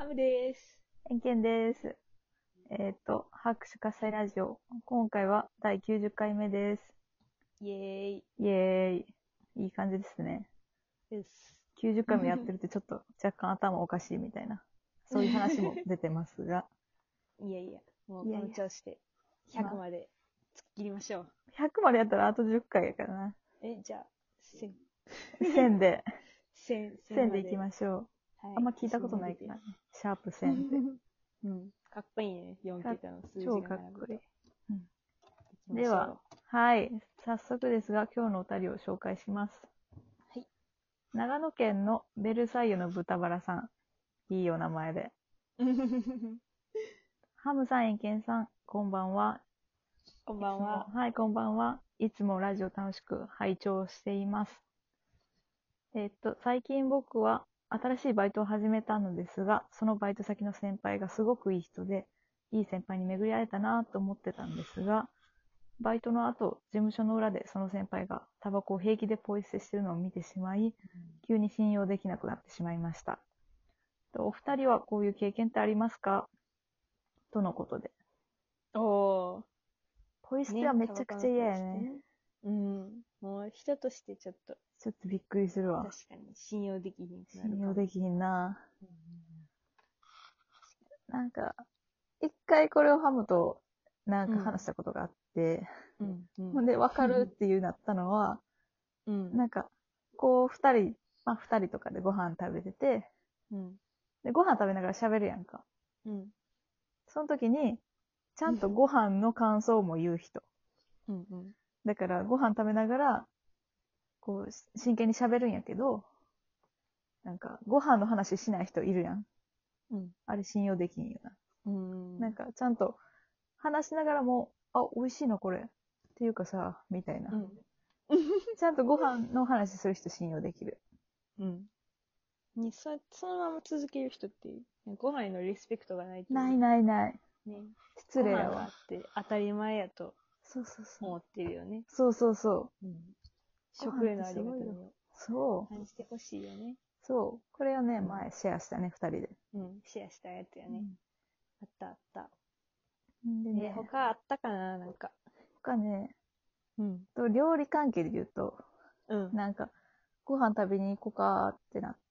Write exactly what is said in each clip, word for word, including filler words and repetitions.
ムです。 偏見です。えっ、と、拍手喝采ラジオ。今回はだいきゅうじゅっかいめです。 イエーイ。 イエーイ。いい感じですね。 です。 きゅうじゅっかいもやってるってちょっと若干頭おかしいみたいな、そういう話も出てますが。 いやいや、もうこいやいやの調子でひゃくまで突っ切りましょう。 ひゃくまでやったらあとじゅっかいやからな。 え、じゃあ、せん。 せんで、 せん、 せんでいきましょう。 はい、 あんま聞いたことないからね。シャープせんで。 うん。かっこいいね。よんけたの数字超かが並ぶと。 っこいい。うん、 いきましょう。 では、はい。早速ですが、今日のお便りを紹介します。 はい。 長野県のベルサイユの豚バラさん。いいお名前で。ハムさん、エンケンさん、こんばんは。 こんばんは。 はい、こんばんは。いつもラジオ楽しく拝聴しています。えっと、最近僕は新しいバイトを始めたのですが、そのバイト先の先輩がすごくいい人で、いい先輩に巡り会えたなと思ってたんですが、バイトの後、事務所の裏でその先輩がタバコを平気でポイ捨てしてるのを見てしまい、急に信用できなくなってしまいました。お二人はこういう経験ってありますかとのことで。 おー。 ポイ捨てはめちゃくちゃ嫌やね。 ね、うん。もう人としてちょっと。 ちょっとびっくりするわ。 確かに信用できひんくなるかも。 信用できひんな。なんか、一回これをハムとなんか話したことがあって、 うんうん、 ほんで、わかるっていうなったのは、うん、なんか、こう、二人、まあ二人とかでご飯食べてて、うん、で、ご飯食べながら喋るやんか。うん、その時に、ちゃんとご飯の感想も言う人。うんうん、だから、ご飯食べながら、こう、真剣に喋るんやけど、なんか、ご飯の話しない人いるやん。うん、あれ信用できんよな。うん、なんか、ちゃんと話しながらも、あ、美味しいのこれ。っていうかさ、みたいな。うん、ちゃんとご飯の話する人信用できる。 うん。にそそのまま続ける人って、ご飯へのリスペクトがないという。 ないないない。 ね、 失礼やわ。 ご飯があって当たり前やとそうそうそう。 思ってるよね。 そうそうそう。うん、 食へのありがたみを感じてほしいよね。 そう。これをね、前シェアしたね、二人で。 うん、シェアしたやつやね。うん、あったあった。 でね、 え、他あったかな、なんか。 他ね、うん。と料理関係で言うと、うん、なんか、ご飯食べに行こうかってなって、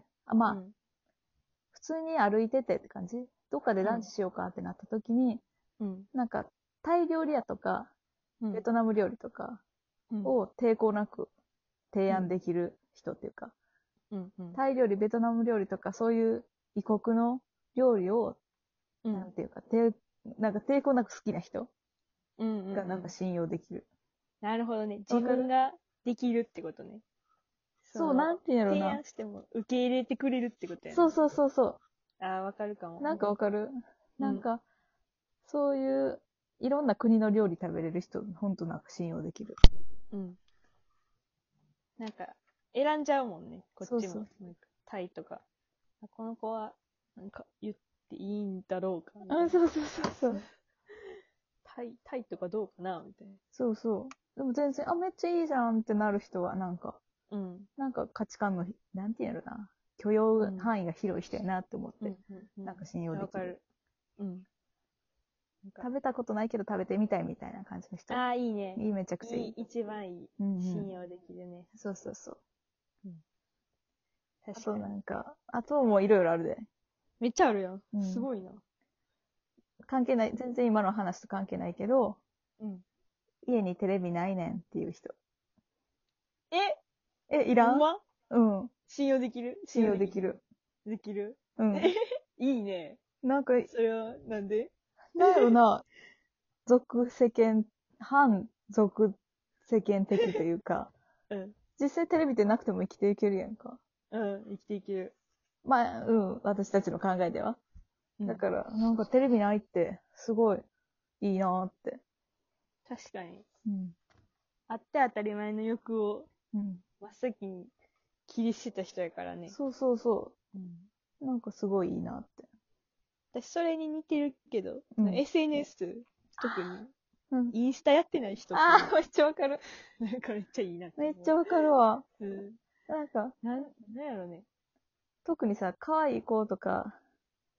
あ、まあ、うん、普通に歩いててって感じ？どっかでランチしようかってなった時に、うん、なんか、タイ料理屋とか、ベトナム料理とかを抵抗なく提案できる人っていうか、うんうん、タイ料理、ベトナム料理とか、そういう異国の料理を、うん、なんていうか、てなんか抵抗なく好きな人がなんか信用できる。 うんうんうん、なるほどね。自分ができるってことね。 そう、なんていうのな。 提案しても受け入れてくれるってことやね。 そうそうそうそう。 ああ、わかるかも。 なんかわかる、うん、なんか、そういう、いろんな国の料理食べれる人、ほんとなんか信用できる。 うん。なんか、選んじゃうもんね、こっちも。そうそう、なんかタイとか。この子は、なんか言っていいんだろうかみたいな。 あ、そうそうそうそう。 タイ、タイとかどうかなみたいな。 そうそう。でも全然、あ、めっちゃいいじゃんってなる人は、なんか、うん。なんか価値観の、なんて言うのな、許容範囲が広い人やなって思って、うんうんうん、なんか信用できる。わかる。うん。食べたことないけど食べてみたいみたいな感じの人。 ああ、いいね。 いい、めちゃくちゃいい。いい、 一番いい。うんうん、信用できるね。 そうそうそう。うん、確かに。あとなんか、あともいろいろあるで。 めっちゃあるやん。うん、すごいな。 関係ない、全然今の話と関係ないけど、うん、家にテレビないねんっていう人。 ええ、いらん？ほんま？うん。 信用できる？ 信用できる。 できる？ うん。 いいね。 なんか、 それは、なんで？ なんやろな、俗世間、反俗世間的というか、うん。実際テレビってなくても生きていけるやんか。 うん、生きていける。 まあ、うん、私たちの考えでは。うん、だから、なんかテレビないって、すごい、いいなーって。 確かに。うん。あって当たり前の欲を、うん。真っ先に切り捨てた人やからね。 そうそうそう。うん。なんかすごいいいなって。 私、それに似てるけど、うん、エスエヌエス、特に、うん、インスタやってない人ああ、めっちゃわかる。 なんかめっちゃいいなって。 めっちゃわかるわ。うん。なんか、 なん、なんやろね。 特にさ、可愛い子とか、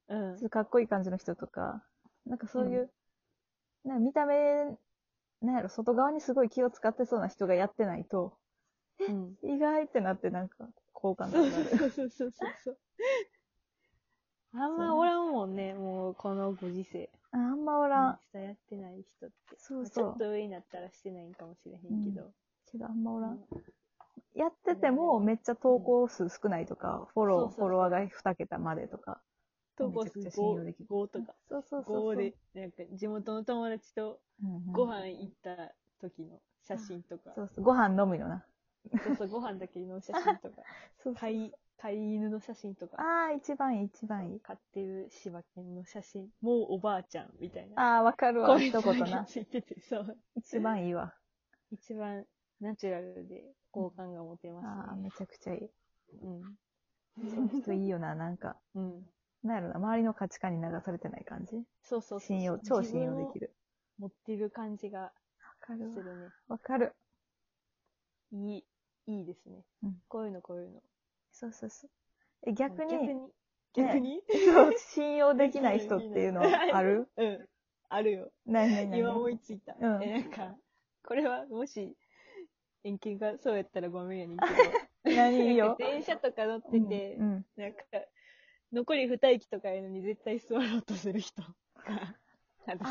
うん。 ちょっとかっこいい感じの人とか、なんかそういう、うん、なんか見た目、なんやろ、外側にすごい気を使ってそうな人がやってないと、うん、意外ってなってなんか、好感度上がる。 そうそうそうそうそう。あんまおらんもんね、もうこのご時世。 あんまおらん。インスタやってない人って。 そうそう。 まあ、ちょっと上になったらしてないんかもしれへんけど。うん、 けどあんまおらん。うん、やっててもめっちゃ投稿数少ないとか、うん、フォロー、そうそうそう、フォロワーがに桁までとか。 投稿数ごとか。 そうそうそうそう。 ごで、なんか地元の友達とご飯行った時の写真とか。 うんうん、そうそう、ご飯飲むよな。 そうそう、ご飯だけの写真とか。そうそうそう、飼い、飼い犬の写真とか。 ああ、一番いい、一番いい。 飼ってる柴犬の写真。もうおばあちゃんみたいな。 ああ、わかるわ。一言な。 ついてて、そう。 一番いいわ。 一番ナチュラルで好感が持てますね。 ああ、めちゃくちゃいい。うん。 その人いいよな、なんか。うん。なんやろな、周りの価値観に流されてない感じ。 そうそうそう。 信用、超信用できる。 持ってる感じがするね。 わかる。 いい、いいですね。うん、こういうの、こういうの。 そうそうそう。え、逆に、 逆に、逆に、ね、 そう、信用できない人っていうのはあるうん。あるよ。 何何何今思いついた。うん、え、なんか、これはもし、遠見がそうやったらごめんやねんけど。 何いいよ。 電車とか乗ってて、うんうん、なんか、残り二駅とかやのに絶対座ろうとする人が、私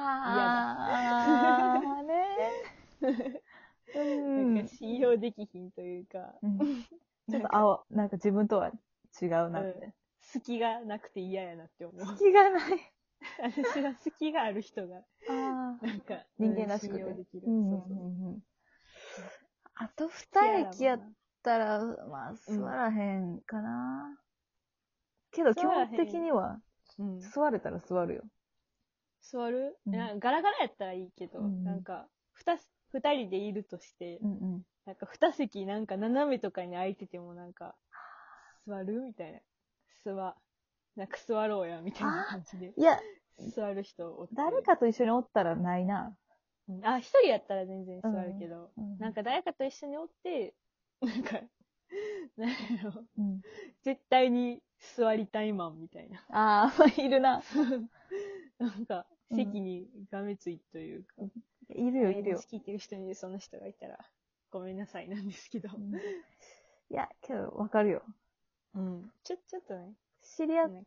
は嫌だ。あーねうん。なんか信用できひんというか、うん、 ちょっと青、なんか自分とは違うなって。 うん、隙がなくて嫌やなって思う。 隙がない。 私は隙がある人が、なんか、 人間らしくて。 信用できる。そうそう。あと二駅やったら、まあ、座らへんかな。うん、けど、基本的には、座れたら座るよ。 座る、うん、ガラガラやったらいいけど、うん、なんか、二、二人でいるとして、うんうん、なんか二席なんか斜めとかに空いててもなんか、座るみたいな。座、なんか座ろうや、みたいな感じで。 いや、 座る人おって。 誰かと一緒におったらないな。 うん、あ、一人やったら全然座るけど、うんうん、なんか誰かと一緒におって、なんか、なんやろ、うん、絶対に座りたいマンみたいな。 ああ、いるな。 なんか、席にがめついというか。 うん、いるよ、いるよ。 聞いてる人にその人がいたら、ごめんなさいなんですけど。うん、いや、けど、わかるよ。 うん。ちょ、ちょっとね。 知り合って、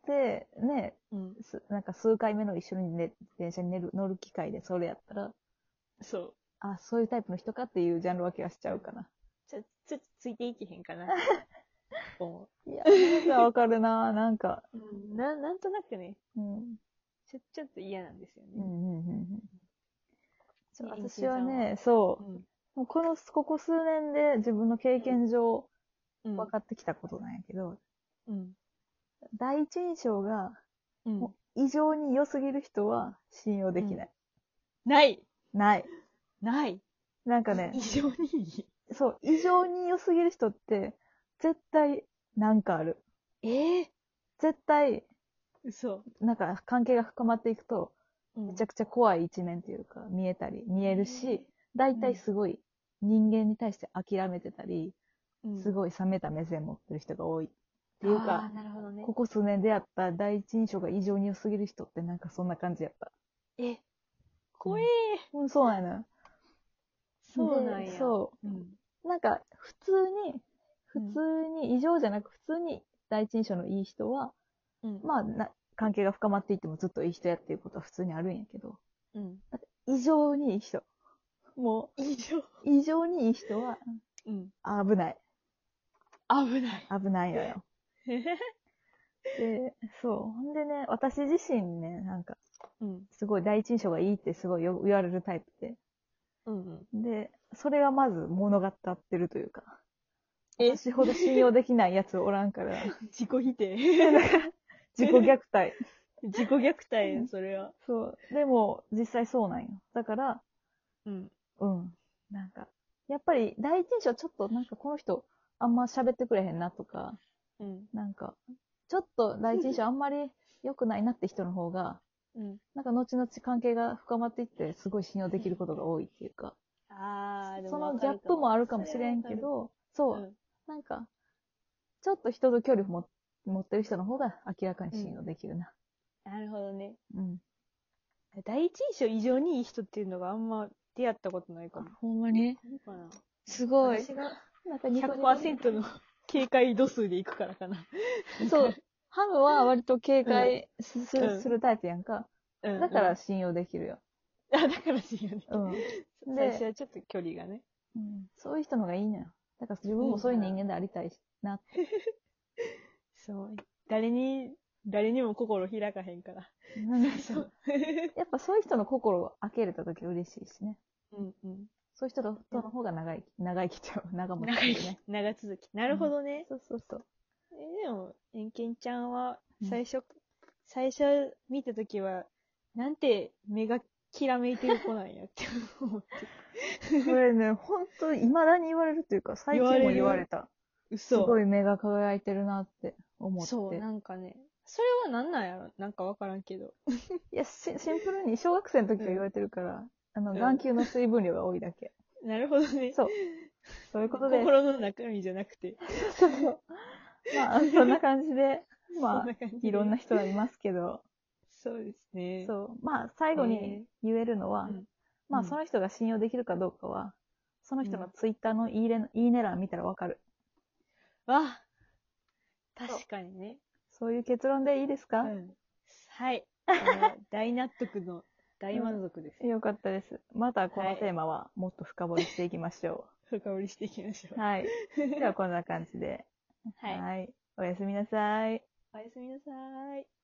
ね、うん、なんか数回目の一緒に、ね、電車に乗る乗る機会でそれやったら、 そう。 あ、そういうタイプの人かっていうジャンル分けはしちゃうかな。 ちょ、ちょっとついていけへんかな。 いや、なんかわかるな、なんか。 うん、な、なんとなくね。うん。ちょ、ちょっと嫌なんですよね。うんうんうんうん。 私はね、そう、うん、もうこの、ここ数年で自分の経験上、分かってきたことなんやけど、うん、第一印象が、うん、異常に良すぎる人は信用できない。 うん、ないない。 ない。 なんかね、 異常にいい。 そう、異常に良すぎる人って、絶対なんかある。 ええー、 絶対、 嘘。 なんか関係が深まっていくと、めちゃくちゃ怖い一面っていうか、見えたり、見えるし、大体すごい人間に対して諦めてたり、うん、すごい冷めた目線持ってる人が多い。っていうか、 なるほどね、 ここ数年出会った第一印象が異常に良すぎる人ってなんかそんな感じやった。 え、怖えー、うん。そうやな。 そうなんや。 そう。うん、なんか、普通に、普通に、異常じゃなく普通に第一印象のいい人は、うん、まあな、関係が深まっていってもずっといい人やっていうことは普通にあるんやけど、うん、異常にいい人。もう、異常異常にいい人は、うん、危ない。 危ない。 危ないのよ。で、そう。ほんでね、私自身ね、なんか、うん、すごい第一印象がいいってすごい言われるタイプで。うんうん、で、それがまず物語ってるというか、私ほど信用できないやつおらんから。 自己否定。 自己虐待。 自己虐待、それは。 そう。でも、実際そうなんよ。だから、うん。うん。なんか、やっぱり第一印象ちょっとなんかこの人あんま喋ってくれへんなとか、うん。なんか、ちょっと第一印象あんまり良くないなって人の方が、うん。なんか後々関係が深まっていってすごい信用できることが多いっていうか。ああ、でもそのギャップもあるかもしれんけど、そう。うん、なんか、ちょっと人と距離も持ってる人の方が明らかに信用できるな。 なるほどね。 うん。 第一印象異常にいい人っていうのがあんま出会ったことないかも。 ほんまにそうかな。 すごい。 私がなんかひゃくパーセントの警戒度数でいくからかな。 そう。ハムは割と警戒す,、 うん、 するタイプやんか。 うん。 だから信用できるよ。 あ、だから信用できる。 うん。 最初はちょっと距離がね。 うん、そういう人のがいいのよ。だから自分もそういう人間でありたいしなって。 そう。誰に、誰にも心開かへんから。 なんでしょう。やっぱそういう人の心を開けれたとき嬉しいしね。 うんうん。 そういう人との方が長生き、長生きちゃう。長持ち長生き、 ね。 長続き。なるほどね。 うん、そうそうそう。 え、でも、エンケンちゃんは、最初、うん、最初見たときは、なんて目がきらめいてる子なんやって思って。 これね、ほんと、未だに言われるというか、最近も言われた。嘘。すごい目が輝いてるなって思って。 そう、なんかね、それはなんなんやろなんかわからんけど。 いやシ、シンプルに小学生の時から言われてるから、うん、あの、眼球の水分量が多いだけ。 なるほどね。 そう。そういうことで。 心の中身じゃなくて。 そうそう。まあ、そんな感じで、まあ、いろんな人がいますけど。 そうですね。 そう。まあ、最後に言えるのは、えーうん、まあ、その人が信用できるかどうかは、その人のツイッターのいいね、いいね欄見たらわかる。 わ、確かにね。 そういう結論でいいですか？うん、 はい。大納得の大満足です、 うん。よかったです。またこのテーマはもっと深掘りしていきましょう。深掘りしていきましょう。 はい。ではこんな感じで。はい。はい。おやすみなさい。 おやすみなさい。